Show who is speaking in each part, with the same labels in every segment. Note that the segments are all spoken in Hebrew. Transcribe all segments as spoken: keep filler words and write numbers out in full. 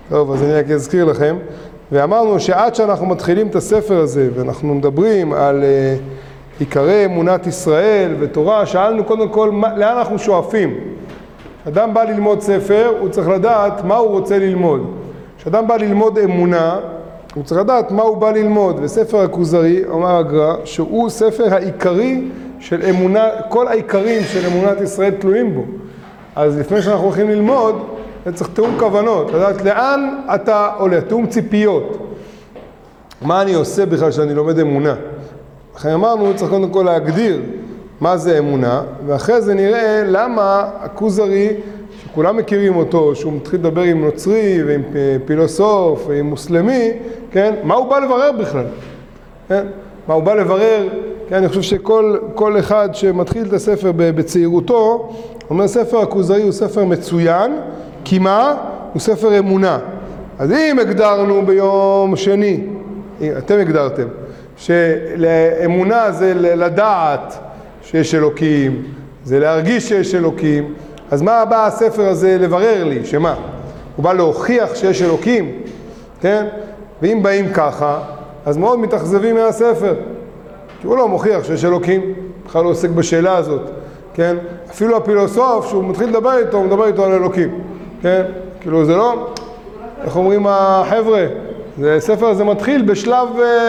Speaker 1: טוב, אז אני רק אזכיר לכם. ואמרנו שעד שאנחנו מתחילים את הספר הזה, ואנחנו מדברים על uh, עיקרי אמונת ישראל ותורה, שאלנו קודם כל מה, לאן אנחנו שואפים. כשאדם בא ללמוד ספר, הוא צריך לדעת מה הוא רוצה ללמוד. כשאדם בא ללמוד אמונה, הוא צריך לדעת מה הוא בא ללמוד. וספר הכוזרי, אומר הגר"א, שהוא ספר העיקרי של אמונה, כל העיקרים של אמונת ישראל תלויים בו. אז לפני שאנחנו הולכים ללמוד, צריך תאום כוונות, לדעת לאן אתה עולה, תאום ציפיות. מה אני עושה בכלל שאני לומד אמונה? אחרי אמרנו, צריך קודם כל להגדיר מה זה אמונה, ואחרי זה נראה למה הכוזרי, שכולם מכירים אותו, שהוא מתחיל לדבר עם נוצרי ועם פילוסוף ועם מוסלמי, כן? מה הוא בא לברר בכלל? כן? מה הוא בא לברר? כן, אני חושב שכל כל אחד שמתחיל את הספר בצעירותו, אומר ספר הכוזרי הוא ספר מצוין, כי מה? הוא ספר אמונה. אז אם הגדרנו ביום שני, אתם הגדרתם, שלאמונה זה לדעת שיש אלוקים, זה להרגיש שיש אלוקים, אז מה בא הספר הזה לברר לי? שמה? הוא בא להוכיח שיש אלוקים, כן? ואם באים ככה, אז מאוד מתאכזבים מהספר, כי הוא לא מוכיח שיש אלוקים, בכלל לא עוסק בשאלה הזאת, כן? אפילו הפילוסוף, שהוא מתחיל לדבר איתו, הוא מדבר איתו על אלוקים, כן? כאילו זה לא, איך אומרים החבר'ה, זה ספר הזה מתחיל בשלב,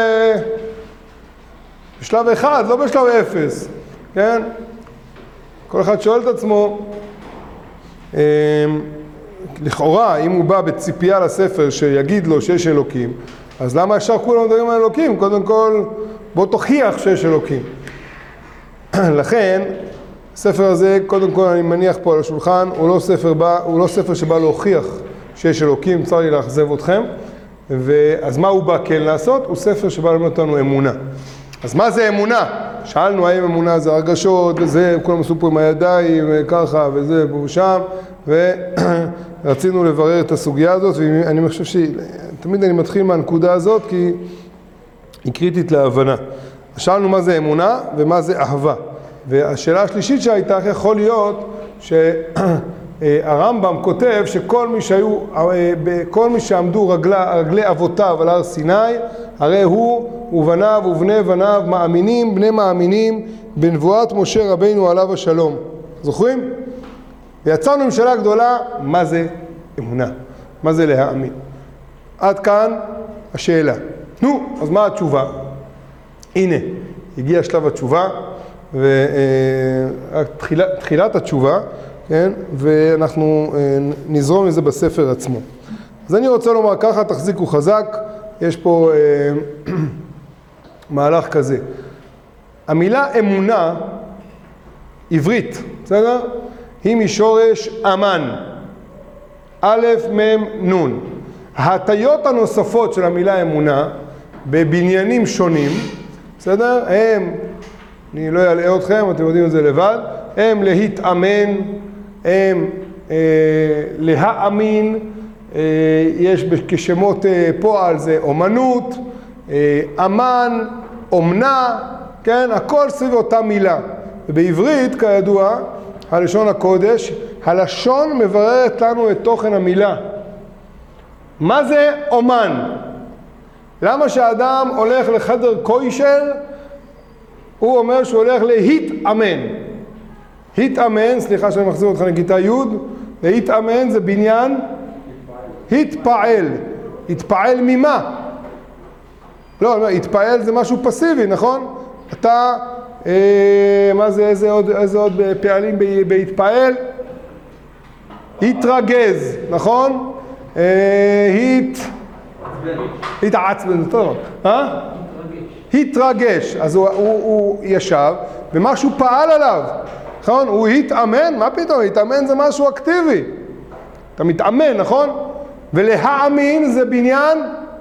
Speaker 1: בשלב אחד, לא בשלב אפס, כן? כל אחד שואל את עצמו, לכאורה, אם הוא בא בציפייה לספר שיגיד לו שיש אלוקים, אז למה ישר כולם מדברים על אלוקים? קודם כל, בוא תוכיח שיש אלוקים. לכן, הספר הזה, קודם כל אני מניח פה על השולחן, הוא לא ספר, בא, הוא לא ספר שבא להוכיח שיש אלוקים, צר לי לאכזב אתכם. ואז מה הוא בא כן לעשות? הוא ספר שבא ללמד אותנו אמונה. אז מה זה אמונה? שאלנו האם אמונה זה הרגשות, וזה, כולם עשו פה עם הידיים, וככה, וזה, פה ושם, ורצינו לברר את הסוגיה הזאת, ואני חושב שתמיד אני מתחיל מהנקודה הזאת, כי היא קריטית להבנה. שאלנו מה זה אמונה, ומה זה אהבה. והשאלה השלישית שהייתה, יכול להיות שהרמב"ם כותב שכל מי שהיו, כל מי שעמדו רגלה, רגלי אבותיו על הר סיני, הרי הוא ובניו ובני בניו מאמינים, בני מאמינים, בנבואת משה רבינו עליו השלום. זוכרים? ויצאנו עם שאלה גדולה, מה זה אמונה? מה זה להאמין? עד כאן השאלה. נו, אז מה התשובה? הנה, הגיע שלב התשובה, ותחילת התשובה, כן? ואנחנו נזרום מזה בספר עצמו. אז אני רוצה לומר ככה, תחזיקו חזק, יש פה אה, מהלך כזה. המילה אמונה, עברית, בסדר? היא משורש אמן, א' מ' נ'. ההטיות הנוספות של המילה אמונה, בבניינים שונים, בסדר? הם, אני לא אעלה אתכם, אתם יודעים את זה לבד, הם להתאמן, הם אה, להאמין, אה, יש כשמות אה, פועל זה אומנות, אה, אמן, אומנה, כן? הכל סביב אותה מילה. ובעברית, כידוע, הלשון הקודש, הלשון מבררת לנו את תוכן המילה. מה זה אומן? למה שהאדם הולך לחדר כושר, הוא אומר שהוא הולך להתאמן. התאמן, סליחה שאני מחזיר אותך לכיתה י', להתאמן זה בניין התפעל. התפעל ממה? לא, התפעל זה משהו פסיבי, נכון? אתה, אה, מה זה, איזה עוד, איזה עוד פעלים בהתפעל? התרגז, נכון? אה, הת... התעצבן, זה טוב. אה? התרגש. אז הוא, הוא, הוא ישב ומשהו פעל עליו. נכון? הוא התאמן? מה פתאום? התאמן זה משהו אקטיבי. אתה מתאמן, נכון? ולהאמין זה בניין?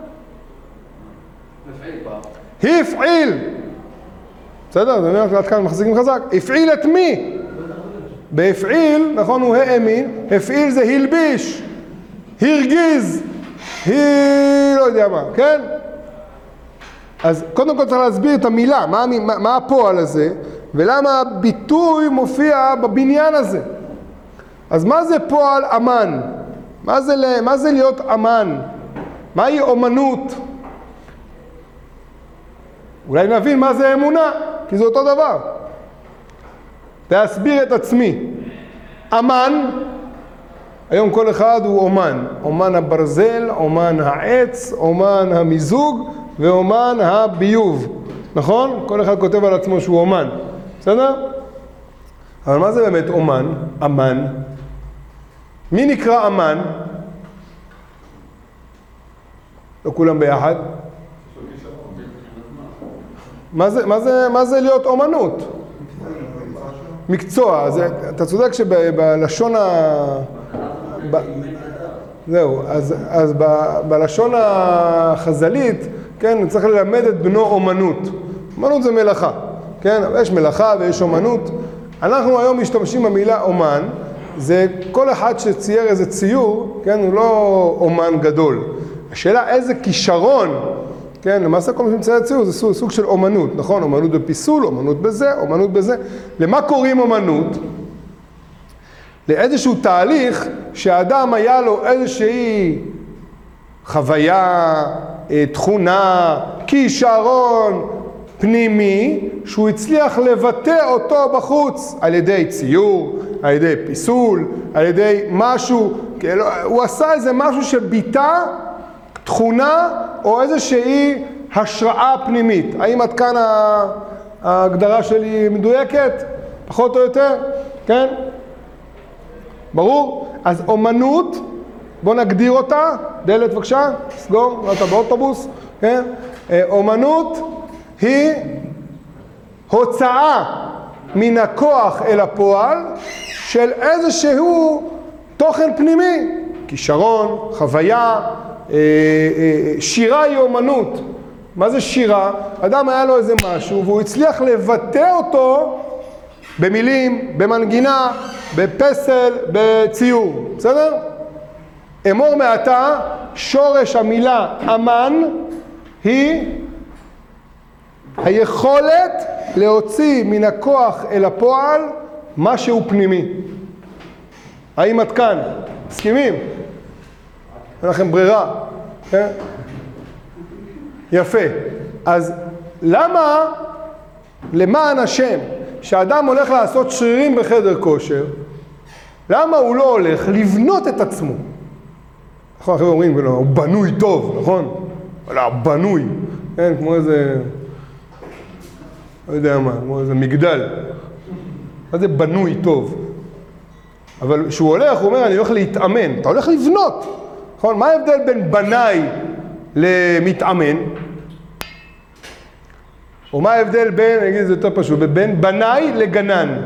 Speaker 1: הפעיל. בסדר? זה אומר, עד כאן מחזיקים חזק. הפעיל את מי? בהפעיל, נכון? הוא האמין. הפעיל זה הלביש. הרגיז. היא לא יודע מה, כן? אז קודם כל צריך להסביר את המילה, מה, מה, מה הפועל הזה, ולמה הביטוי מופיע בבניין הזה. אז מה זה פועל אמן? מה זה, מה זה להיות אמן? מהי אומנות? אולי נבין מה זה אמונה, כי זה אותו דבר. להסביר את עצמי. אמן, היום כל אחד הוא אומן. אומן הברזל, אומן העץ, אומן המיזוג ואומן הביוב. נכון? כל אחד כותב על עצמו שהוא אומן. בסדר? אבל מה זה באמת אומן? אמן. מי נקרא אמן? לא כולם ביחד. מה זה, מה זה, מה זה להיות אומנות? מקצוע. זה, אתה צודק שבלשון ה... ב... זהו, אז, אז ב, בלשון החז"לית, כן, צריך ללמד את בנו אומנות. אומנות זה מלאכה, כן? יש מלאכה ויש אומנות. אנחנו היום משתמשים במילה אומן, זה כל אחד שצייר איזה ציור, כן, הוא לא אומן גדול. השאלה איזה כישרון, כן, למעשה כל מי שמצייר ציור זה סוג, סוג של אומנות, נכון? אומנות בפיסול, אומנות בזה, אומנות בזה. למה קוראים אומנות? לאיזשהו תהליך שהאדם היה לו איזושהי חוויה, תכונה, כישרון פנימי, שהוא הצליח לבטא אותו בחוץ על ידי ציור, על ידי פיסול, על ידי משהו, הוא עשה איזה משהו שביטא תכונה או איזושהי השראה פנימית. האם עד כאן ההגדרה שלי מדויקת? פחות או יותר? כן? ברור? אז אומנות, בוא נגדיר אותה, דלת בבקשה, סגור, אתה באוטובוס, כן? אומנות היא הוצאה מן הכוח אל הפועל של איזשהו תוכן פנימי, כישרון, חוויה, שירה היא אומנות. מה זה שירה? אדם היה לו איזה משהו והוא הצליח לבטא אותו במילים, במנגינה, בפסל, בציור. בסדר? אמור מעתה, שורש המילה אמן היא היכולת להוציא מן הכוח אל הפועל משהו פנימי. האם עד כאן? מסכימים? אין לכם ברירה. כן? יפה. אז למה, למען השם, שהאדם הולך לעשות שרירים בחדר כושר, למה הוא לא הולך לבנות את עצמו? נכון, אחרי אומרים, הוא בנוי טוב, נכון? לא, בנוי. כן, כמו איזה, לא יודע מה, כמו איזה מגדל. מה זה בנוי טוב? אבל כשהוא הולך, הוא אומר, אני הולך להתאמן. אתה הולך לבנות. נכון? מה ההבדל בין בנאי למתאמן? או מה ההבדל בין, אני אגיד את זה יותר פשוט, בין בנאי לגנן?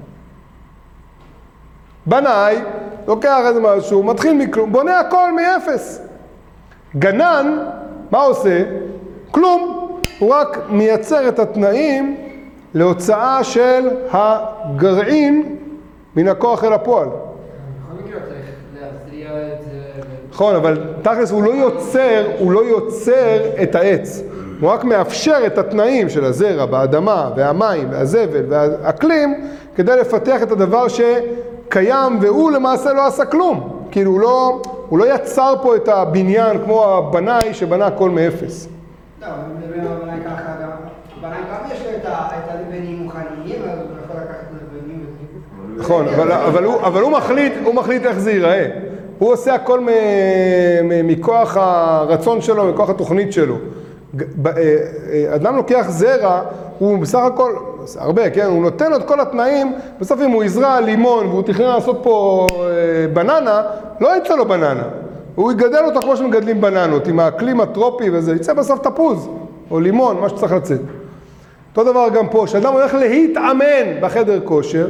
Speaker 1: בנאי, לוקח איזה משהו, מתחיל מכלום, בונה הכל מאפס. גנן, מה עושה? כלום. הוא רק מייצר את התנאים להוצאה של הגרעין מן הכוח אל הפועל.
Speaker 2: בכל מקרה צריך להזריע את זה.
Speaker 1: נכון, אבל תכלס הוא לא יוצר, הוא לא יוצר את העץ. הוא רק מאפשר את התנאים של הזרע באדמה והמים והזבל והאקלים כדי לפתח את הדבר שקיים, והוא למעשה לא עשה כלום. כאילו הוא לא, הוא לא יצר פה את הבניין כמו הבנאי שבנה הכל מאפס.
Speaker 3: לא, אני מדבר על הבנאי ככה, הבנאי גם יש לו את הלבנים מוכניים, אז הוא יכול לקחת את הלבנים וזה.
Speaker 1: נכון, אבל, אבל, הוא, אבל הוא מחליט, הוא מחליט איך זה ייראה. הוא עושה הכל מ, מ, מכוח הרצון שלו, מכוח התוכנית שלו. אדם לוקח זרע, הוא בסך הכל, הרבה, כן, הוא נותן לו את כל התנאים, בסוף אם הוא יזרע לימון והוא תכנן לעשות פה בננה, לא יצא לו בננה. הוא יגדל אותו כמו שמגדלים בננות, עם האקלים הטרופי וזה, יצא בסוף תפוז, או לימון, מה שצריך לצאת. אותו דבר גם פה, שאדם הולך להתאמן בחדר כושר,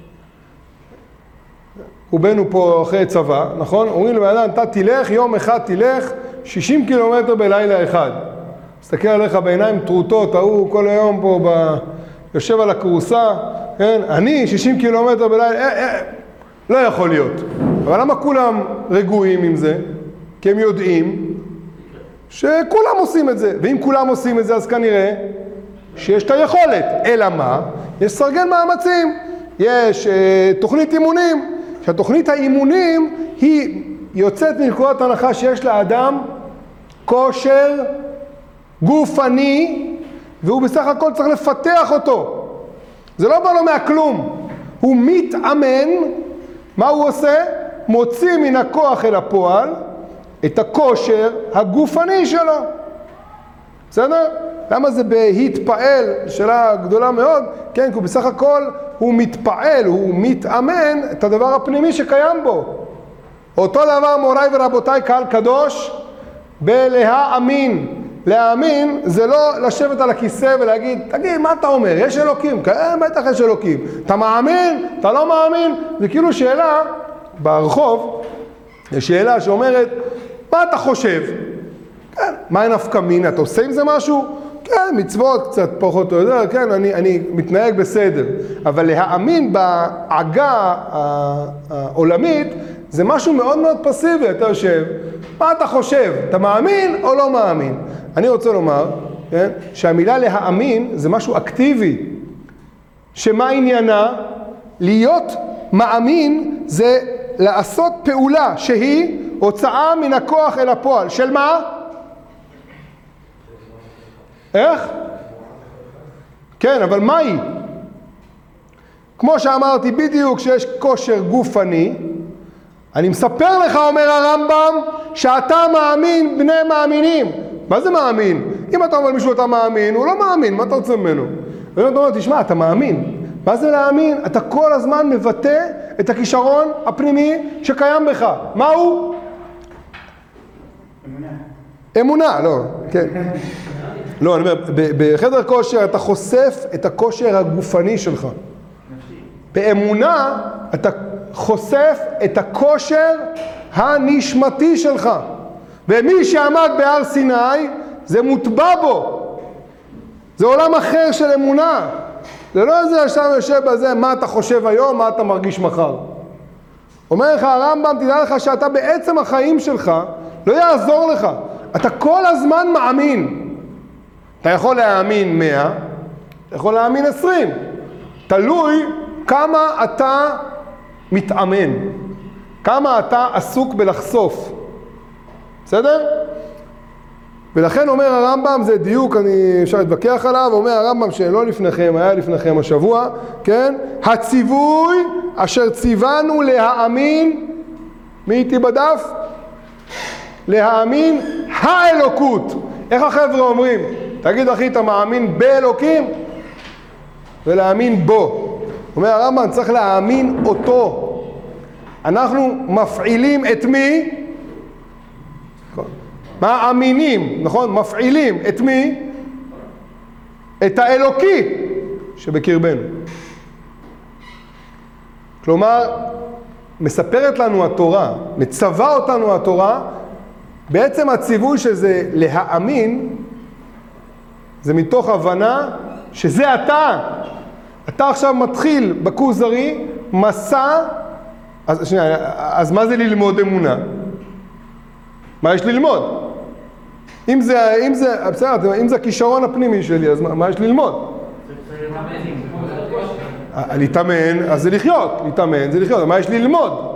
Speaker 1: רובנו פה אחרי צבא, נכון? אומרים לבן אתה תלך, יום אחד תלך, שישים קילומטר בלילה אחד. מסתכל עליך בעיניים טרוטות, ההוא כל היום פה ב... יושב על הקורסה, כן? אני שישים קילומטר בלילה, אה, אה, לא יכול להיות. אבל למה כולם רגועים עם זה? כי הם יודעים שכולם עושים את זה. ואם כולם עושים את זה, אז כנראה שיש את היכולת. אלא מה? יש סרגל מאמצים. יש אה, תוכנית אימונים. שהתוכנית האימונים היא יוצאת מנקודת הנחה שיש לאדם כושר גופני, והוא בסך הכל צריך לפתח אותו. זה לא בא לו מהכלום. הוא מתאמן, מה הוא עושה? מוציא מן הכוח אל הפועל את הכושר הגופני שלו. בסדר? למה זה בהתפעל? שאלה גדולה מאוד. כן, כי הוא בסך הכל הוא מתפעל, הוא מתאמן את הדבר הפנימי שקיים בו. אותו דבר מוריי ורבותיי, קהל קדוש, בלהאמין. להאמין זה לא לשבת על הכיסא ולהגיד, תגיד, מה אתה אומר? יש אלוקים? כן, בטח יש אלוקים. אתה מאמין? אתה לא מאמין? זה כאילו שאלה ברחוב, יש שאלה שאומרת, מה אתה חושב? כן, מה נפקא מינה? אתה עושה עם זה משהו? כן, מצוות קצת פחות או יותר, כן, אני, אני מתנהג בסדר. אבל להאמין בעגה העולמית, זה משהו מאוד מאוד פסיבי. אתה יושב, מה אתה חושב? אתה מאמין או לא מאמין? אני רוצה לומר, כן, שהמילה להאמין זה משהו אקטיבי. שמה עניינה? להיות מאמין זה לעשות פעולה שהיא הוצאה מן הכוח אל הפועל. של מה? איך? כן, אבל מה היא? כמו שאמרתי בדיוק שיש כושר גופני, אני מספר לך, אומר הרמב"ם, שאתה מאמין בני מאמינים. מה זה מאמין? אם אתה אומר מישהו אתה מאמין, הוא לא מאמין, מה אתה רוצה ממנו? ואם אתה אומר, תשמע, אתה מאמין. מה זה להאמין? אתה כל הזמן מבטא את הכישרון הפנימי שקיים בך. מה הוא? אמונה. אמונה, לא, כן. לא, אני אומר, בחדר כושר אתה חושף את הכושר הגופני שלך. באמונה אתה חושף את הכושר הנשמתי שלך. ומי שעמד בהר סיני, זה מוטבע בו. זה עולם אחר של אמונה. זה לא איזה עכשיו יושב בזה, מה אתה חושב היום, מה אתה מרגיש מחר. אומר לך הרמב"ם, תדע לך שאתה בעצם החיים שלך, לא יעזור לך. אתה כל הזמן מאמין. אתה יכול להאמין מאה, אתה יכול להאמין עשרים. תלוי כמה אתה מתאמן. כמה אתה עסוק בלחשוף. בסדר? ולכן אומר הרמב"ם, זה דיוק, אני אפשר להתווכח עליו, אומר הרמב"ם שלא לפניכם, היה לפניכם השבוע, כן? הציווי אשר ציוונו להאמין, מי איתי בדף? להאמין האלוקות. איך החבר'ה אומרים? תגיד אחי, אתה מאמין באלוקים? ולהאמין בו. אומר הרמב"ם, צריך להאמין אותו. אנחנו מפעילים את מי? מאמינים, נכון? מפעילים את מי? את האלוקי שבקרבנו. כלומר, מספרת לנו התורה, מצווה אותנו התורה, בעצם הציווי שזה להאמין, זה מתוך הבנה שזה אתה. אתה עכשיו מתחיל בכוזרי, מסע, אז, שנייה, אז מה זה ללמוד אמונה? מה יש ללמוד? אם זה, אם זה, בסדר, אם זה הכישרון הפנימי שלי, אז מה, מה יש ללמוד? להתאמן, אז זה לחיות, להתאמן זה לחיות, מה יש ללמוד?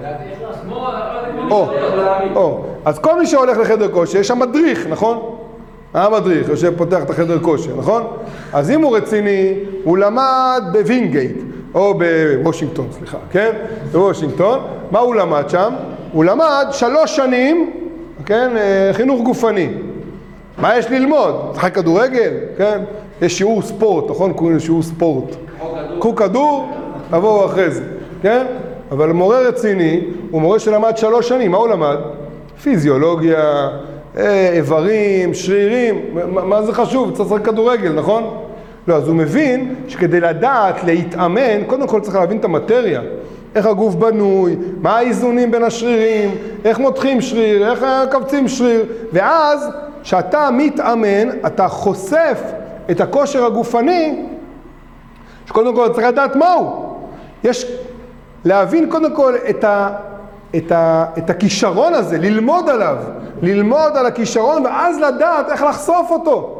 Speaker 1: או, או, אז כל מי שהולך לחדר כושר, יש שם מדריך, נכון? המדריך יושב פותח את החדר כושר, נכון? אז אם הוא רציני, הוא למד בווינגייט, או בוושינגטון, סליחה, כן? בוושינגטון, מה הוא למד שם? הוא למד שלוש שנים, כן? חינוך גופני. מה יש ללמוד? שחק כדורגל, כן? יש שיעור ספורט, נכון? קוראים לשיעור ספורט. קחו כדור, תבואו אחרי זה, כן? אבל מורה רציני, הוא מורה שלמד שלוש שנים, מה הוא למד? פיזיולוגיה, איברים, שרירים, מה זה חשוב? צריך לשחק כדורגל, נכון? לא, אז הוא מבין שכדי לדעת, להתאמן, קודם כל צריך להבין את המטריה. איך הגוף בנוי, מה האיזונים בין השרירים, איך מותחים שריר, איך קבצים שריר, ואז כשאתה מתאמן, אתה חושף את הכושר הגופני, שקודם כל צריך לדעת מהו. יש להבין קודם כל את, ה, את, ה, את הכישרון הזה, ללמוד עליו, ללמוד על הכישרון, ואז לדעת איך לחשוף אותו.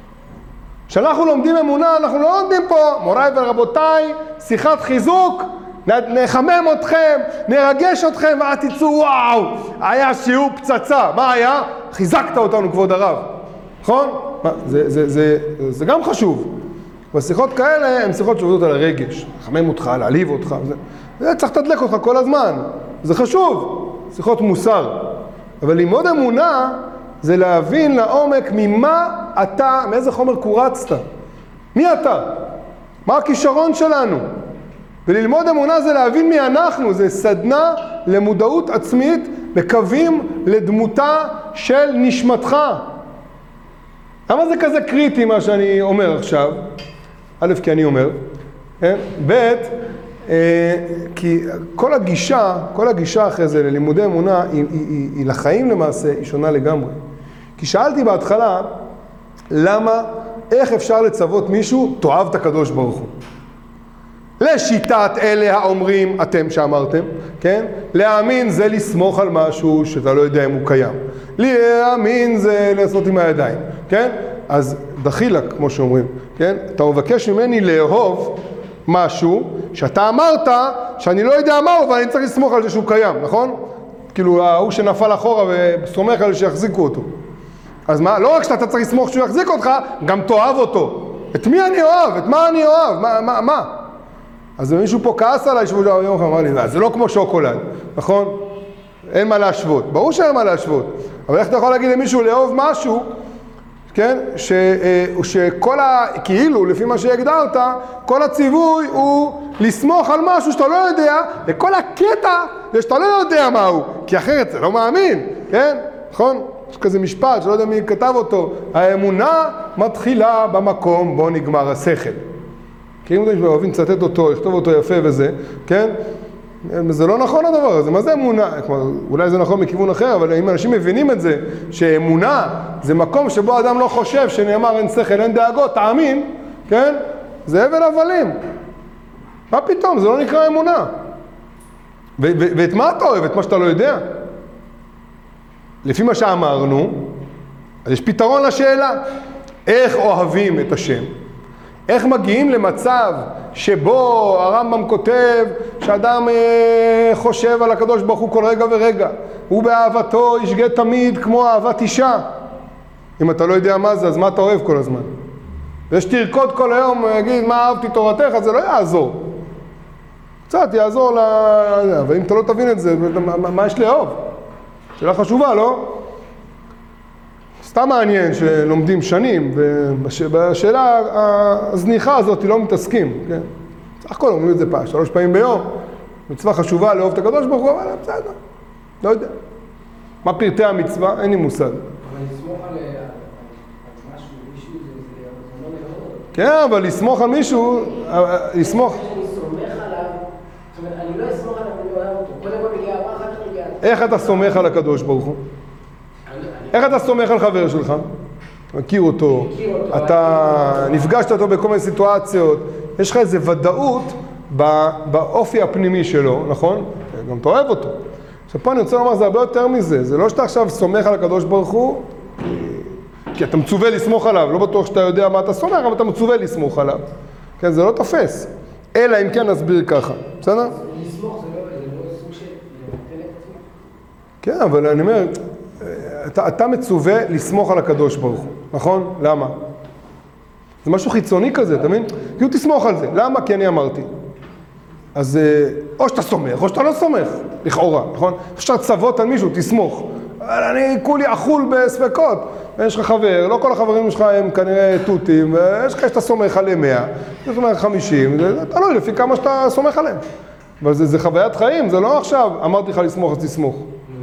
Speaker 1: כשאנחנו לומדים אמונה, אנחנו לא לומדים פה, מוריי ורבותיי, שיחת חיזוק, נחמם אתכם, נרגש אתכם, ואז תצאו, וואו, היה שיעור פצצה. מה היה? חיזקת אותנו, כבוד הרב. נכון? מה, זה, זה, זה, זה גם חשוב. בשיחות כאלה הן שיחות שעובדות על הרגש. לחמם אותך, להעליב אותך. זה, זה צריך לתדלק אותך כל הזמן. זה חשוב. שיחות מוסר. אבל ללמוד אמונה זה להבין לעומק ממה אתה, מאיזה חומר קורצת. מי אתה? מה הכישרון שלנו? וללמוד אמונה זה להבין מי אנחנו, זה סדנה למודעות עצמית, מקווים לדמותה של נשמתך. למה זה כזה קריטי מה שאני אומר עכשיו? א', כי אני אומר, כן? ב', אה, כי כל הגישה, כל הגישה אחרי זה ללימודי אמונה, היא, היא, היא, היא לחיים למעשה, היא שונה לגמרי. כי שאלתי בהתחלה, למה, איך אפשר לצוות מישהו, תאהב את הקדוש ברוך הוא? לשיטת אלה האומרים, אתם שאמרתם, כן? להאמין זה לסמוך על משהו שאתה לא יודע אם הוא קיים. להאמין זה לעשות עם הידיים, כן? אז דחילק, כמו שאומרים, כן? אתה מבקש ממני לאהוב משהו שאתה אמרת שאני לא יודע מה הוא, ואני צריך לסמוך על זה שהוא קיים, נכון? כאילו, ההוא שנפל אחורה וסומך על זה שיחזיקו אותו. אז מה? לא רק שאתה צריך לסמוך שהוא יחזיק אותך, גם תאהב אותו. את מי אני אוהב? את מה אני אוהב? מה? מה? מה? אז מישהו פה כעס עליי, שבוע יום אמר לי, זה לא כמו שוקולד, נכון? אין מה להשוות. ברור שאין מה להשוות. אבל איך אתה יכול להגיד למישהו לאהוב משהו, כן? ש, שכל ה... כאילו, לפי מה שהגדרת, כל הציווי הוא לסמוך על משהו שאתה לא יודע, וכל הקטע זה שאתה לא יודע מהו, כי אחרת זה לא מאמין, כן? נכון? יש כזה משפט שלא יודע מי כתב אותו, האמונה מתחילה במקום בו נגמר השכל. כי אם אתם אוהבים לצטט אותו, לכתוב אותו יפה וזה, כן? זה לא נכון הדבר הזה. מה זה אמונה? כלומר, אולי זה נכון מכיוון אחר, אבל אם אנשים מבינים את זה, שאמונה זה מקום שבו אדם לא חושב שנאמר אין שכל, אין דאגות, תאמין, כן? זה הבל הבלים. מה פתאום? זה לא נקרא אמונה. ו- ו- ואת מה אתה אוהב? את מה שאתה לא יודע? לפי מה שאמרנו, אז יש פתרון לשאלה. איך אוהבים את השם? איך מגיעים למצב שבו הרמב"ם כותב שאדם אה, חושב על הקדוש ברוך הוא כל רגע ורגע, הוא באהבתו ישגה תמיד כמו אהבת אישה. אם אתה לא יודע מה זה, אז מה אתה אוהב כל הזמן? ושתרקוד כל היום, יגיד מה אהבתי תורתך, אז זה לא יעזור. קצת יעזור ל... אבל אם אתה לא תבין את זה, מה, מה יש לאהוב? שאלה חשובה, לא? סתם מעניין שלומדים שנים, ובשאלה הזניחה הזאת לא מתעסקים, כן? סך הכל אומרים את זה פעם, שלוש פעמים ביום, מצווה חשובה לאהוב את הקדוש ברוך הוא, אבל בסדר, לא יודע. מה פרטי המצווה? אין לי מושג.
Speaker 2: אבל לסמוך על משהו, מישהו, זה לא לאהוב.
Speaker 1: כן, אבל לסמוך על מישהו, לסמוך...
Speaker 2: אני סומך עליו, זאת אומרת, אני לא אסמוך עליו, אני לא אוהב אותו. קודם כל מגיע הבא, אחר כך מגיע...
Speaker 1: איך אתה סומך על הקדוש ברוך הוא? איך אתה סומך על חבר שלך? מכיר אותו, אתה נפגשת אותו בכל מיני סיטואציות, יש לך איזו ודאות באופי הפנימי שלו, נכון? גם אתה אוהב אותו. עכשיו פה אני רוצה לומר, זה הרבה יותר מזה, זה לא שאתה עכשיו סומך על הקדוש ברוך הוא, כי אתה מצווה לסמוך עליו, לא בטוח שאתה יודע מה אתה סומך, אבל אתה מצווה לסמוך עליו. כן, זה לא תופס, אלא אם כן נסביר ככה, בסדר?
Speaker 2: לסמוך זה לא סוג של לבטל את עצמו?
Speaker 1: כן, אבל אני אומר, אתה, אתה מצווה לסמוך על הקדוש ברוך הוא, נכון? למה? זה משהו חיצוני כזה, אתה מבין? כאילו תסמוך על זה. למה? כי אני אמרתי. אז או שאתה סומך, או שאתה לא סומך, לכאורה, נכון? אפשר לצוות על מישהו, תסמוך. אני כולי אכול בספקות. יש לך חבר, לא כל החברים שלך הם כנראה טוטים, ויש לך שאתה סומך עליהם מאה, אתה סומך חמישים, זה תלוי לפי כמה שאתה סומך עליהם. אבל זה, זה חוויית חיים, זה לא עכשיו, אמרתי לך לסמוך, אז תסמוך.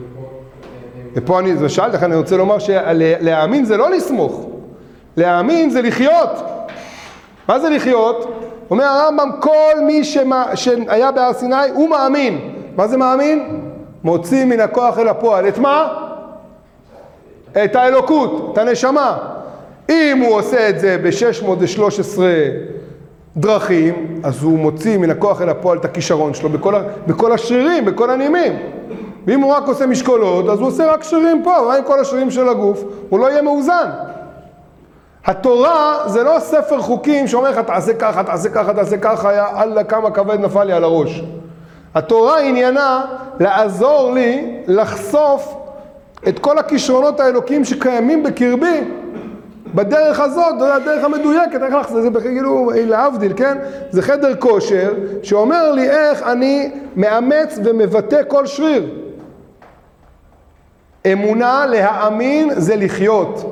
Speaker 1: ופה אני, זה שאלת, אני רוצה לומר שלהאמין זה לא לסמוך. להאמין זה לחיות. מה זה לחיות? אומר הרמב"ם, כל מי שמה, שהיה בהר סיני הוא מאמין. מה זה מאמין? מוציא מן הכוח אל הפועל. את מה? את האלוקות, את הנשמה. אם הוא עושה את זה ב-שש מאות ושלוש עשרה דרכים, אז הוא מוציא מן הכוח אל הפועל את הכישרון שלו בכל, בכל השרירים, בכל הנימים. ואם הוא רק עושה משקולות, אז הוא עושה רק שרירים פה, אבל עם כל השרירים של הגוף, הוא לא יהיה מאוזן. התורה זה לא ספר חוקים שאומר לך, תעשה ככה, תעשה ככה, תעשה ככה, אללה כמה כבד נפל לי על הראש. התורה עניינה לעזור לי לחשוף את כל הכישרונות האלוקיים שקיימים בקרבי, בדרך הזאת, זו הדרך המדויקת, איך לך, זה כאילו להבדיל, כן? זה חדר כושר שאומר לי איך אני מאמץ ומבטא כל שריר. אמונה, להאמין, זה לחיות.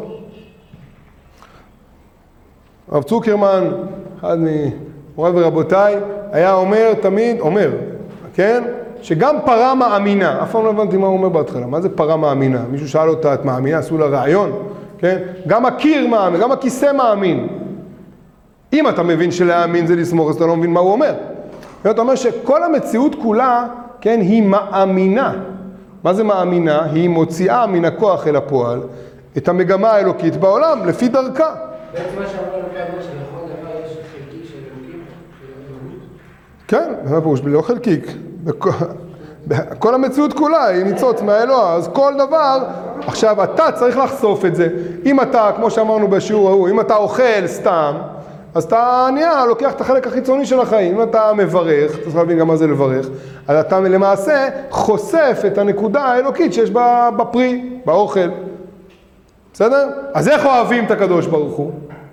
Speaker 1: רב צוקרמן, אחד מורי ורבותיי, היה אומר תמיד, אומר, כן? שגם פרה מאמינה, אף פעם לא הבנתי מה הוא אומר בהתחלה, מה זה פרה מאמינה? מישהו שאל אותה, את מאמינה, עשו לה רעיון, כן? גם הקיר מאמין, גם הכיסא מאמין. אם אתה מבין שלהאמין זה לסמוך, אז אתה לא מבין מה הוא אומר. אתה אומר שכל המציאות כולה, כן, היא מאמינה. מה זה מאמינה? היא מוציאה מן הכוח אל הפועל את המגמה האלוקית בעולם, לפי דרכה.
Speaker 2: בעצם מה שאמרו לנו פעם, שלכל דבר יש חלקיק של אלוקים, של אלוהות.
Speaker 1: כן, מה פירוש? לא חלקיק. כל המציאות כולה היא ניצוץ מהאלוה, אז כל דבר, עכשיו אתה צריך לחשוף את זה. אם אתה, כמו שאמרנו בשיעור ההוא, אם אתה אוכל סתם, אז אתה נהיה, לוקח את החלק החיצוני של החיים. אם אתה מברך, אתה צריך להבין גם מה זה לברך, אז אתה למעשה חושף את הנקודה האלוקית שיש בפרי, באוכל. בסדר? אז איך אוהבים את הקדוש ברוך הוא?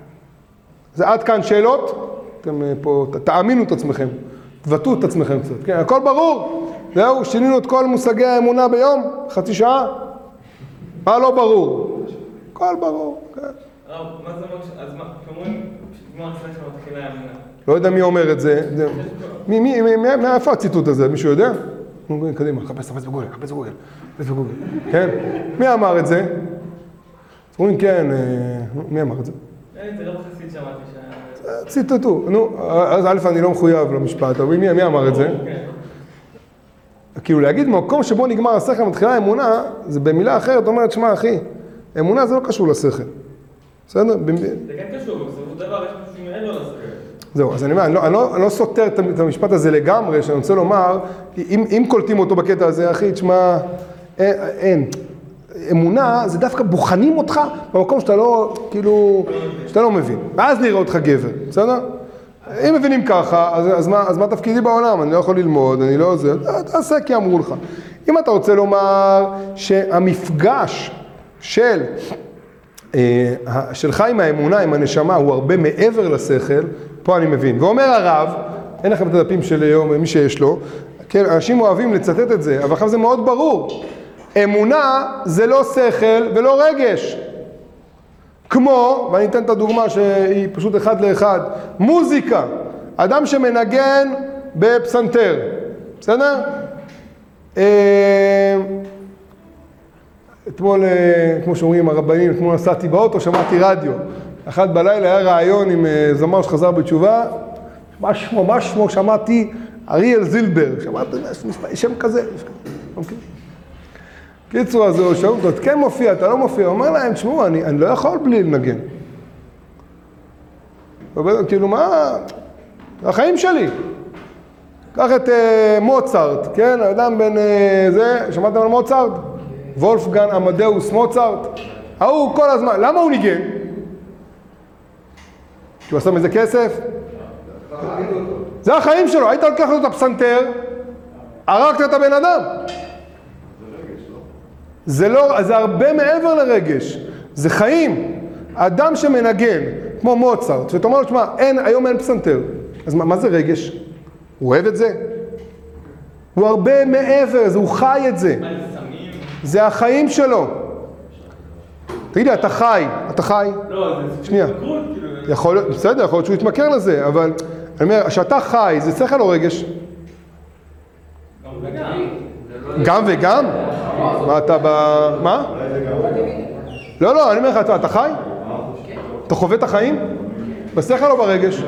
Speaker 1: זה עד כאן שאלות? אתם פה, תאמינו את עצמכם, תבטאו את עצמכם קצת. כן, הכל ברור. זהו, שינינו את כל מושגי האמונה ביום, חצי שעה. מה לא ברור? הכל ברור, כן.
Speaker 4: הרב, מה זה אומר, אז מה, כמובן, שגמר הצלחה מתחילה האמונה.
Speaker 1: לא יודע מי אומר את זה. מי, מי, מי, מאיפה הציטוט הזה? מישהו יודע? קדימה, חפש, חפש בגוגל, חפש בגוגל, חפש בגוגל. כן? מי אמר את זה? אומרים, כן, מי אמר את זה?
Speaker 4: זה לא חסיד שמעתי ש...
Speaker 1: ציטטו, נו, אז א' אני לא מחויב למשפט, אבל מי, מי אמר את זה? כאילו להגיד מקום שבו נגמר השכל מתחילה האמונה, זה במילה אחרת, אומרת, שמע אחי, אמונה זה לא קשור לשכל. בסדר?
Speaker 4: זה כן קשור, בסופו דבר יש משהו מעבר לשכל.
Speaker 1: זהו, אז אני אומר, אני לא, אני לא, אני לא סותר את המשפט הזה לגמרי, שאני רוצה לומר, אם, אם קולטים אותו בקטע הזה, אחי, תשמע, אין, אין. אמונה זה דווקא בוחנים אותך במקום שאתה לא, כאילו, שאתה לא מבין. ואז נראה אותך גבר, בסדר? אם מבינים ככה, אז, אז, מה, אז מה תפקידי בעולם? אני לא יכול ללמוד, אני לא זה, תעשה כי אמרו לך. אם אתה רוצה לומר שהמפגש של, אה, שלך עם האמונה, עם הנשמה, הוא הרבה מעבר לשכל, פה אני מבין. ואומר הרב, אין לכם את הדפים של היום, מי שיש לו, כן, אנשים אוהבים לצטט את זה, אבל עכשיו זה מאוד ברור. אמונה זה לא שכל ולא רגש. כמו, ואני אתן את הדוגמה שהיא פשוט אחד לאחד, מוזיקה. אדם שמנגן בפסנתר, בסדר? אתמול, כמו שאומרים הרבנים, אתמול נסעתי באוטו, שמעתי רדיו. אחד בלילה היה רעיון עם זמר שחזר בתשובה, ממש ממש כמו שמעתי אריאל זילבר, שמעתי שם כזה, אוקיי? קיצור, אז הוא שאלו אותו, אתה כן מופיע, אתה לא מופיע, הוא אומר להם, תשמעו, אני, אני לא יכול בלי לנגן. כאילו, מה? החיים שלי. קח את uh, מוצרט, כן? האדם בין uh, זה, שמעתם על מוצרט? וולפגן אמדאוס מוצרט. ההוא כל הזמן, למה הוא ניגן? כי הוא עשה מזה כסף? זה החיים שלו, היית לוקח לו את הפסנתר, הרגת את הבן אדם. זה לא, זה הרבה מעבר לרגש, זה חיים. אדם שמנגן, כמו מוצרט, ואתה אומר לו, שמה, אין, היום אין פסנתר. אז מה, מה זה רגש? הוא אוהב את זה? הוא הרבה מעבר, זה, הוא חי את זה. זה החיים שלו. תגיד לי, אתה חי, אתה חי?
Speaker 4: לא, זה
Speaker 1: שנייה. יכול להיות, בסדר, יכול להיות שהוא יתמכר לזה, אבל אני אומר, שאתה חי, זה שכל או רגש? גם וגם? מה אתה ב... מה? לא, לא, אני אומר לך, אתה, אתה חי? אתה חווה את החיים? בשכל או ברגש?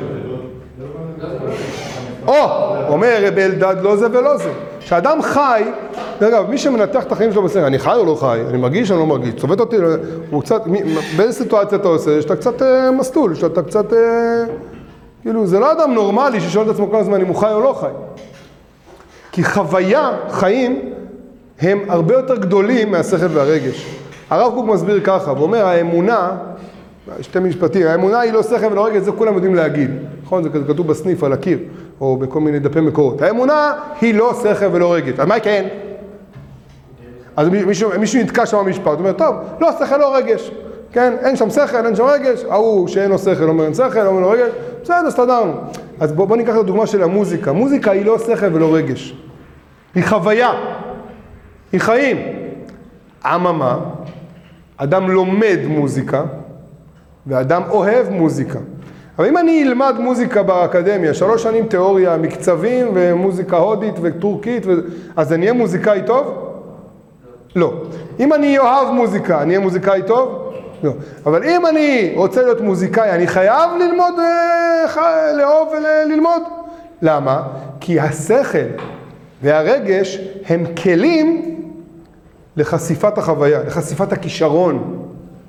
Speaker 1: או, אומר רבי אלדד, לא זה ולא זה. כשאדם חי, אגב, מי שמנתח את החיים שלו בשכל, אני חי או לא חי? אני מרגיש או לא מרגיש? צובט אותי, הוא קצת, באיזה סיטואציה אתה עושה? שאתה קצת אה, מסטול, שאתה קצת, אה, כאילו, זה לא אדם נורמלי ששואל את עצמו כל הזמן אם הוא חי או לא חי. כי חוויה, חיים, הם הרבה יותר גדולים מהשכל והרגש. הרב קוק מסביר ככה, ואומר, האמונה, שתי משפטים, האמונה היא לא שכל ולא רגש, זה כולם יודעים להגיד. נכון? זה כתוב בסניף על הקיר. או בכל מיני דפי מקורות. האמונה היא לא שכל ולא רגש. אז מה כן? אז מישהו, מישהו נתקע שם במשפט, הוא אומר, טוב, לא שכל לא רגש. כן, אין שם שכל, אין שם רגש, ההוא שאין לו שכל אומר אין שכל, אומר לו רגש, בסדר, סתדרנו. אז בוא, בוא ניקח את הדוגמה של המוזיקה. מוזיקה היא לא שכל ולא רגש. היא חוויה, היא חיים. אממה, אדם לומד מוזיקה, ואדם אוהב מוזיקה. אבל אם אני אלמד מוזיקה באקדמיה, שלוש שנים תיאוריה, מקצבים ומוזיקה הודית וטורקית, ו... אז אני אהיה מוזיקאי טוב? לא. אם אני אוהב מוזיקה, אני אהיה מוזיקאי טוב? לא. אבל אם אני רוצה להיות מוזיקאי, אני חייב ללמוד, אה, לאהוב וללמוד. למה? כי השכל והרגש הם כלים לחשיפת החוויה, לחשיפת הכישרון.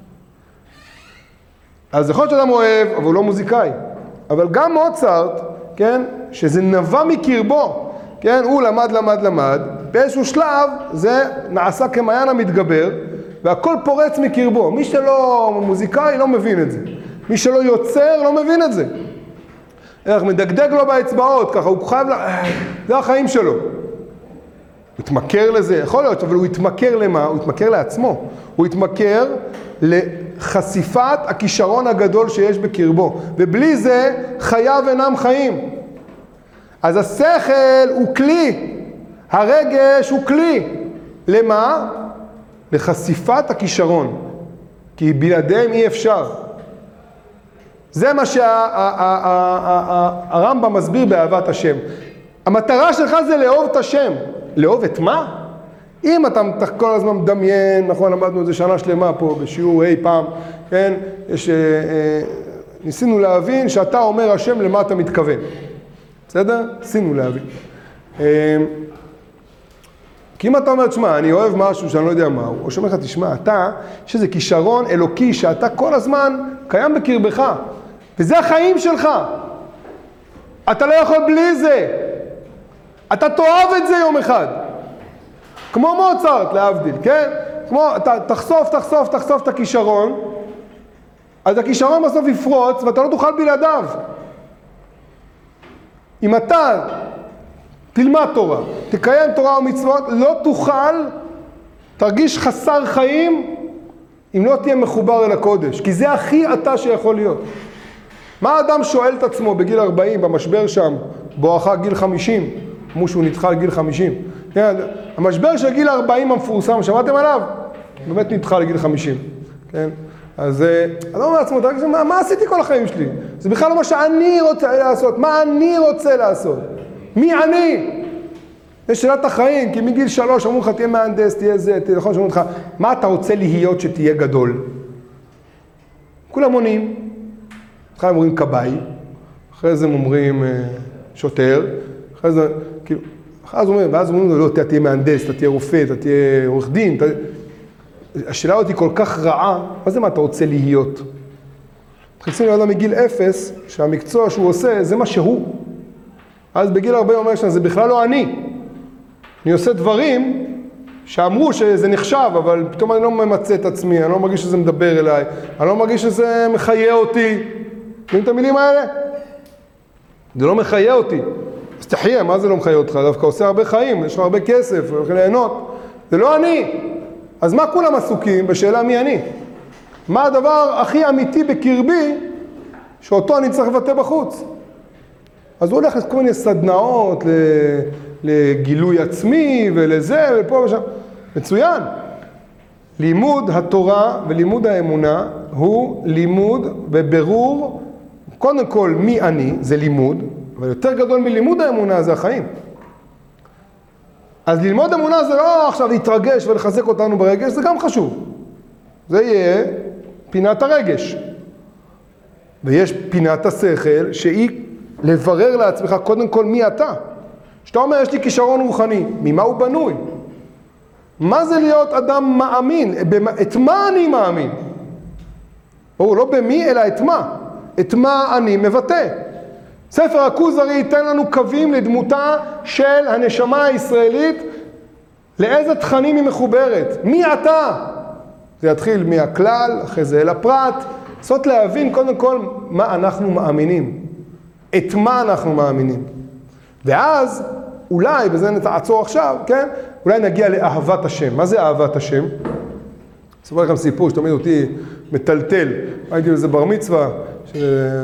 Speaker 1: אז יכול להיות שאדם אוהב, אבל הוא לא מוזיקאי. אבל גם מוצרט, כן, שזה נבע מקרבו, כן, הוא למד, למד, למד, באיזשהו שלב זה נעשה כמעיין המתגבר, והכל פורץ מקרבו. מי שלא מוזיקאי לא מבין את זה. מי שלא יוצר לא מבין את זה. איך מדגדג לו באצבעות, ככה הוא חייב, לה... זה החיים שלו. הוא התמכר לזה, יכול להיות, אבל הוא התמכר למה? הוא התמכר לעצמו. הוא התמכר לחשיפת הכישרון הגדול שיש בקרבו. ובלי זה חייו אינם חיים. אז השכל הוא כלי, הרגש הוא כלי. למה? לחשיפת הכישרון. כי בלעדיהם אי אפשר. זה מה שהרמב"ם מסביר באהבת השם. המטרה שלך זה לאהוב את השם. לאהוב את מה? אם אתה כל הזמן מדמיין, נכון, למדנו את זה שנה שלמה פה בשיעור אי פעם, כן? יש, אה, אה, ניסינו להבין שאתה אומר השם למה אתה מתכוון. בסדר? ניסינו להבין. אה, כי אם אתה אומר, תשמע, אני אוהב משהו שאני לא יודע מהו, או שאומר לך, תשמע, אתה, יש איזה כישרון אלוקי שאתה כל הזמן קיים בקרבך, וזה החיים שלך. אתה לא יכול בלי זה. אתה תאהב את זה יום אחד. כמו מוצרט, להבדיל, כן? כמו, אתה תחשוף, תחשוף, תחשוף את הכישרון, אז הכישרון בסוף יפרוץ, ואתה לא תוכל בלעדיו. אם אתה תלמד תורה, תקיים תורה ומצוות, לא תוכל, תרגיש חסר חיים, אם לא תהיה מחובר אל הקודש, כי זה הכי אתה שיכול להיות. מה האדם שואל את עצמו בגיל ארבעים, במשבר שם, בואכה גיל חמישים, כמו שהוא נדחה לגיל חמישים. כן, המשבר של גיל ארבעים המפורסם, שמעתם עליו? באמת נדחה לגיל חמישים. כן? אז אני אומר לעצמו, מה, מה עשיתי כל החיים שלי? זה בכלל לא מה שאני רוצה לעשות, מה אני רוצה לעשות? מי אני? יש שאלת החיים, כי מגיל שלוש אמרו לך, תהיה מהנדס, תהיה זה, תהיה נכון, שאומרים לך, מה אתה רוצה להיות שתהיה גדול? כולם עונים, אחרי הם אומרים קבאי, אחרי זה הם אומרים שוטר, אחרי זה, כאילו, אז אומרים, ואז אומרים לו, לא, אתה תהיה מהנדס, אתה תהיה רופא, אתה תהיה עורך דין, אתה... השאלה אותי כל כך רעה, מה זה מה אתה רוצה להיות? תחילצים לאדם מגיל אפס, שהמקצוע שהוא עושה, זה מה שהוא. אז בגיל ארבעים אומר שזה בכלל לא אני. אני עושה דברים שאמרו שזה נחשב, אבל פתאום אני לא ממצא את עצמי, אני לא מרגיש שזה מדבר אליי, אני לא מרגיש שזה מחיה אותי. יודעים את המילים האלה? זה לא מחיה אותי. אז תחיה, מה זה לא מחיה אותך? דווקא עושה הרבה חיים, יש לך הרבה כסף, הולך ליהנות. זה לא אני. אז מה כולם עסוקים? בשאלה מי אני? מה הדבר הכי אמיתי בקרבי שאותו אני צריך לבטא בחוץ? אז הוא הולך לכל מיני סדנאות לגילוי עצמי ולזה ולפה ושם. מצוין. לימוד התורה ולימוד האמונה הוא לימוד בבירור, קודם כל מי אני, זה לימוד, אבל יותר גדול מלימוד האמונה זה החיים. אז ללמוד אמונה זה לא עכשיו להתרגש ולחזק אותנו ברגש, זה גם חשוב. זה יהיה פינת הרגש. ויש פינת השכל שהיא לברר לעצמך קודם כל מי אתה. שאתה אומר יש לי כישרון רוחני, ממה הוא בנוי? מה זה להיות אדם מאמין? את מה אני מאמין? או לא במי אלא את מה? את מה אני מבטא. ספר הכוזרי ייתן לנו קווים לדמותה של הנשמה הישראלית, לאיזה תכנים היא מחוברת. מי אתה? זה יתחיל מהכלל, אחרי זה אל הפרט. זאת להבין קודם כל מה אנחנו מאמינים. את מה אנחנו מאמינים. ואז, אולי, בזה נעצור עכשיו, כן? אולי נגיע לאהבת השם. מה זה אהבת השם? אספר לכם סיפור שתמיד אותי מטלטל. הייתי באיזה בר מצווה, ש...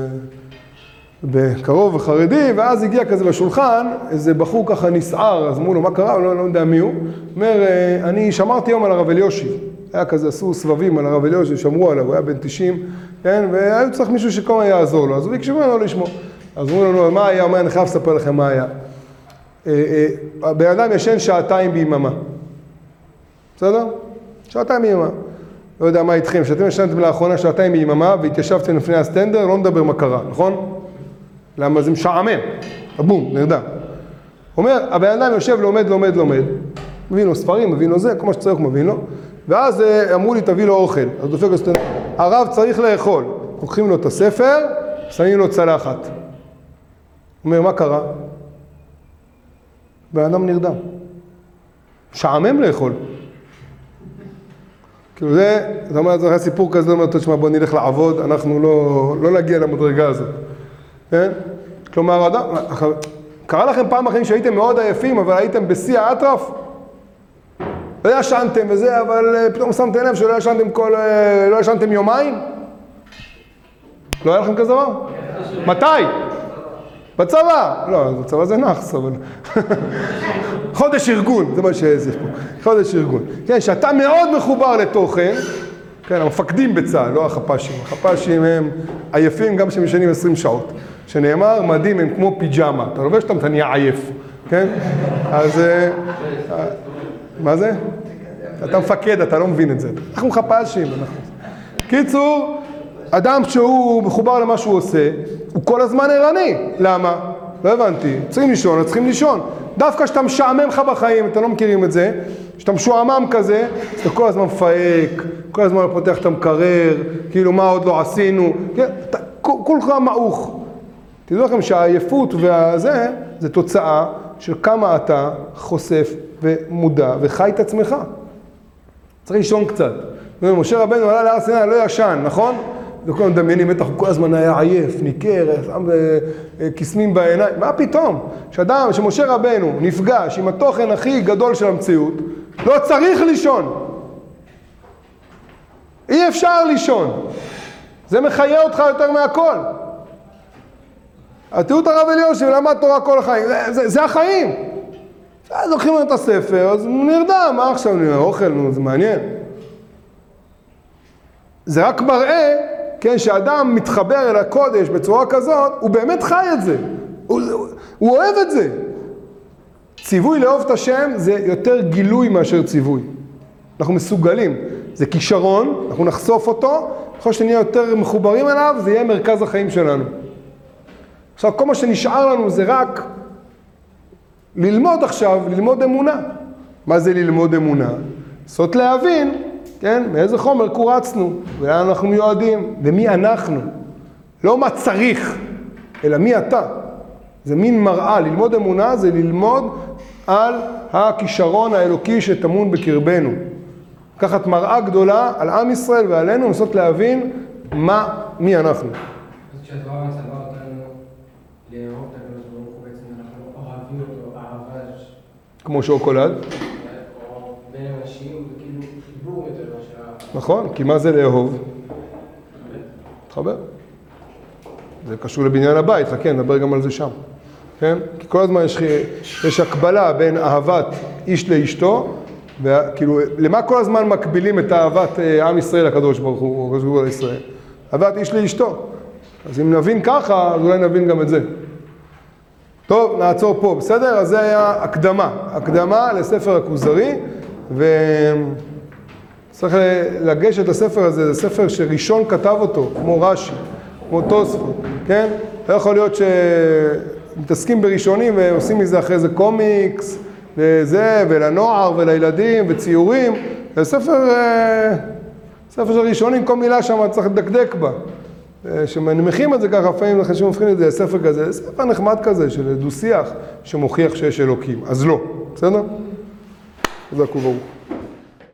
Speaker 1: בקרוב וחרדי, ואז הגיע כזה בשולחן, איזה בחור ככה נסער, אז אמרו לו, מה קרה? לא, לא יודע מי הוא. אומר, אני שמרתי יום על הרב אליושיב. היה כזה, עשו סבבים על הרב אליושיב, שמרו עליו, הוא היה בן תשעים, כן? והיה צריך מישהו שכל מה יעזור לו, אז הוא ביקשו ממנו לשמוע. אז אמרו לנו, מה היה? אומר, אני חייב לספר לכם מה היה. הבן אדם ישן שעתיים ביממה. בסדר? שעתיים ביממה. לא יודע מה איתכם, שאתם ישנתם לאחרונה שעתיים ביממה, והתיישבתם לפני הסטנדר, לא נדבר מה קרה, נכון? למה זה משעמם, בום, נרדם. אומר, הבן אדם יושב, לומד, לומד, לומד, מביא לו ספרים, מביא לו זה, כל מה שצריך מביא לו, ואז אמרו לי, תביא לו אוכל. אז דופק לו סטנדר, הרב צריך לאכול. לוקחים לו את הספר, שמים לו צלחת. אומר, מה קרה? בן אדם נרדם. משעמם לאכול. כאילו זה, זאת אומרת, זה היה סיפור כזה, זאת אומרת, תשמע, בוא נלך לעבוד, אנחנו לא, לא נגיע למדרגה הזאת. כן? כלומר, אדם, קרה לכם פעם אחרים שהייתם מאוד עייפים, אבל הייתם בשיא האטרף? לא ישנתם וזה, אבל פתאום שמתם לב שלא ישנתם כל, לא ישנתם יומיים? לא היה לכם כזה דבר? מתי? בצבא. לא, בצבא זה נחס, אבל... חודש ארגון, זה מה שיש פה. חודש ארגון. כן, שאתה מאוד מחובר לתוכן, כן, המפקדים בצה"ל, לא החפ"שים. החפ"שים הם עייפים גם שהם ישנים עשרים שעות. שנאמר, מדים הם כמו פיג'מה. אתה לובש אותם, אתה נהיה עייף. כן? אז... מה זה? אתה מפקד, אתה לא מבין את זה. אנחנו חפ"שים. קיצור, אדם שהוא מחובר למה שהוא עושה, הוא כל הזמן ערני. למה? לא הבנתי. צריכים לישון, צריכים לישון. דווקא שאתה משעמם לך בחיים, אתם לא מכירים את זה, שאתה משועמם כזה, אז אתה כל הזמן מפהק, כל הזמן פותח את המקרר, כאילו מה עוד לא עשינו, אתה כולך מעוך. תדעו לכם שהעייפות והזה, זה תוצאה של כמה אתה חושף ומודע וחי את עצמך. צריך לישון קצת. משה רבנו עלה להר סיני, לא ישן, נכון? וכל מדמיינים, בטח הוא כל הזמן היה עייף, ניכר, שם כיסמים בעיניים. מה פתאום? שאדם, שמשה רבנו נפגש עם התוכן הכי גדול של המציאות, לא צריך לישון. אי אפשר לישון. זה מחיה אותך יותר מהכל. תראו את הרב אליושיב, למד תורה כל החיים. זה, זה, זה החיים. אז לוקחים את הספר, אז נרדם, מה עכשיו נראה? אוכל, נו, זה מעניין. זה רק מראה, כן, שאדם מתחבר אל הקודש בצורה כזאת, הוא באמת חי את זה. הוא, הוא אוהב את זה. ציווי לאהוב את השם זה יותר גילוי מאשר ציווי. אנחנו מסוגלים. זה כישרון, אנחנו נחשוף אותו, ככל שנהיה יותר מחוברים אליו, זה יהיה מרכז החיים שלנו. עכשיו, כל מה שנשאר לנו זה רק ללמוד עכשיו, ללמוד אמונה. מה זה ללמוד אמונה? זאת להבין, כן, מאיזה חומר קורצנו, ולאן אנחנו מיועדים, ומי אנחנו. לא מה צריך, אלא מי אתה. זה מין מראה, ללמוד אמונה זה ללמוד על הכישרון האלוקי שטמון בקרבנו. לקחת מראה גדולה על עם ישראל ועלינו, לנסות להבין מה, מי אנחנו.
Speaker 2: אז כשהדבר מצבה אותנו לאהוב את הקדוש ברוך הוא, בעצם אנחנו אוהבים אותו, אהבה...
Speaker 1: כמו שוקולד.
Speaker 2: או בין אנשים, וכאילו חיבור יותר מאשר...
Speaker 1: נכון, כי מה זה לאהוב? תחבר. זה קשור לבניין הבית, חכה, נדבר גם על זה שם. כן? כי כל הזמן יש, יש הקבלה בין אהבת איש לאשתו, וכאילו, למה כל הזמן מקבילים את אהבת עם ישראל לקדוש ברוך הוא, הקדוש ברוך הוא לישראל? אהבת איש לאשתו. אז אם נבין ככה, אז אולי נבין גם את זה. טוב, נעצור פה, בסדר? אז זה היה הקדמה. הקדמה לספר הכוזרי, וצריך לגשת לספר הזה, זה ספר שראשון כתב אותו, כמו רש"י, כמו תוספות, כן? לא יכול להיות שמתעסקים בראשונים ועושים מזה אחרי זה קומיקס, וזה, ולנוער, ולילדים, וציורים. זה ספר, ספר של ראשונים, כל מילה שם צריך לדקדק בה. שמנמכים את זה ככה, לפעמים אחרי שמופכים את זה, ספר כזה, ספר נחמד כזה של דו-שיח, שמוכיח שיש אלוקים. אז לא, בסדר? זה ברוך.